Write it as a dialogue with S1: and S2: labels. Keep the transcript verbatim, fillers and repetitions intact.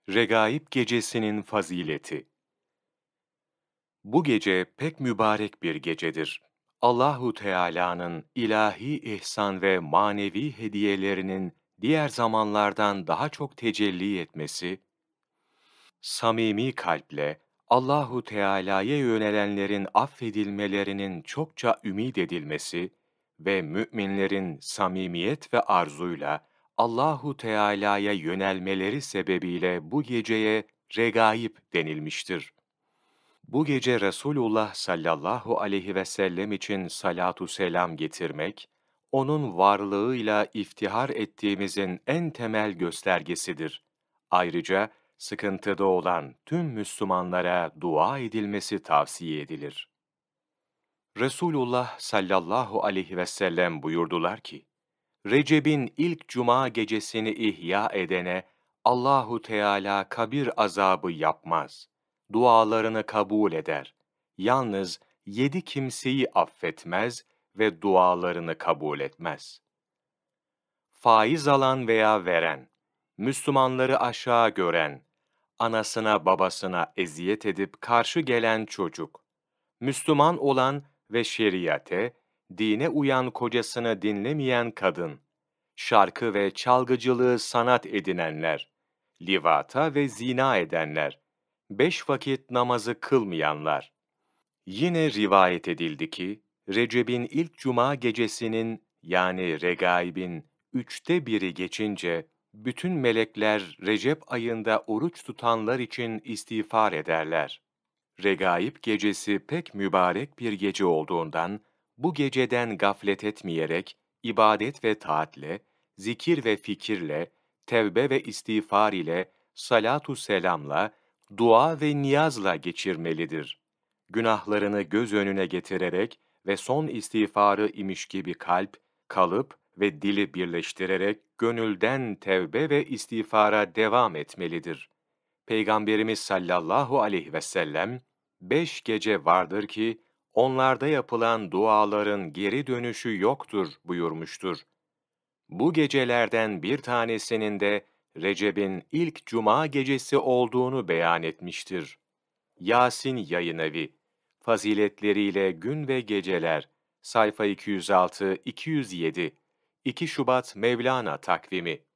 S1: Regaib Gecesi'nin fazileti. Bu gece pek mübarek bir gecedir. Allahu Teala'nın ilahi ihsan ve manevi hediyelerinin diğer zamanlardan daha çok tecelli etmesi, samimi kalple Allahu Teala'ya yönelenlerin affedilmelerinin çokça ümit edilmesi ve müminlerin samimiyet ve arzuyla Allahu Teala'ya yönelmeleri sebebiyle bu geceye regaib denilmiştir. Bu gece Resulullah sallallahu aleyhi ve sellem için salatu selam getirmek, onun varlığıyla iftihar ettiğimizin en temel göstergesidir. Ayrıca sıkıntıda olan tüm Müslümanlara dua edilmesi tavsiye edilir. Resulullah sallallahu aleyhi ve sellem buyurdular ki, Recep'in ilk cuma gecesini ihya edene Allahu Teala kabir azabı yapmaz. Dualarını kabul eder. Yalnız yedi kimseyi affetmez ve dualarını kabul etmez. Faiz alan veya veren, Müslümanları aşağı gören, anasına babasına eziyet edip karşı gelen çocuk, Müslüman olan ve şeriate, dine uyan kocasını dinlemeyen kadın, şarkı ve çalgıcılığı sanat edinenler, livata ve zina edenler, beş vakit namazı kılmayanlar. Yine rivayet edildi ki, Recep'in ilk cuma gecesinin yani regaibin üçte biri geçince, bütün melekler Recep ayında oruç tutanlar için istiğfar ederler. Regaib gecesi pek mübarek bir gece olduğundan, bu geceden gaflet etmeyerek, ibadet ve taatle, zikir ve fikirle, tevbe ve istiğfar ile, salatu selamla, dua ve niyazla geçirmelidir. Günahlarını göz önüne getirerek ve son istiğfarı imiş gibi kalp, kalıp ve dili birleştirerek gönülden tevbe ve istiğfara devam etmelidir. Peygamberimiz sallallahu aleyhi ve sellem, beş gece vardır ki, onlarda yapılan duaların geri dönüşü yoktur buyurmuştur. Bu gecelerden bir tanesinin de Recep'in ilk cuma gecesi olduğunu beyan etmiştir. Yasin Yayınevi, Faziletleriyle Gün ve Geceler, sayfa iki yüz altı iki yüz yedi, iki Şubat Mevlana takvimi.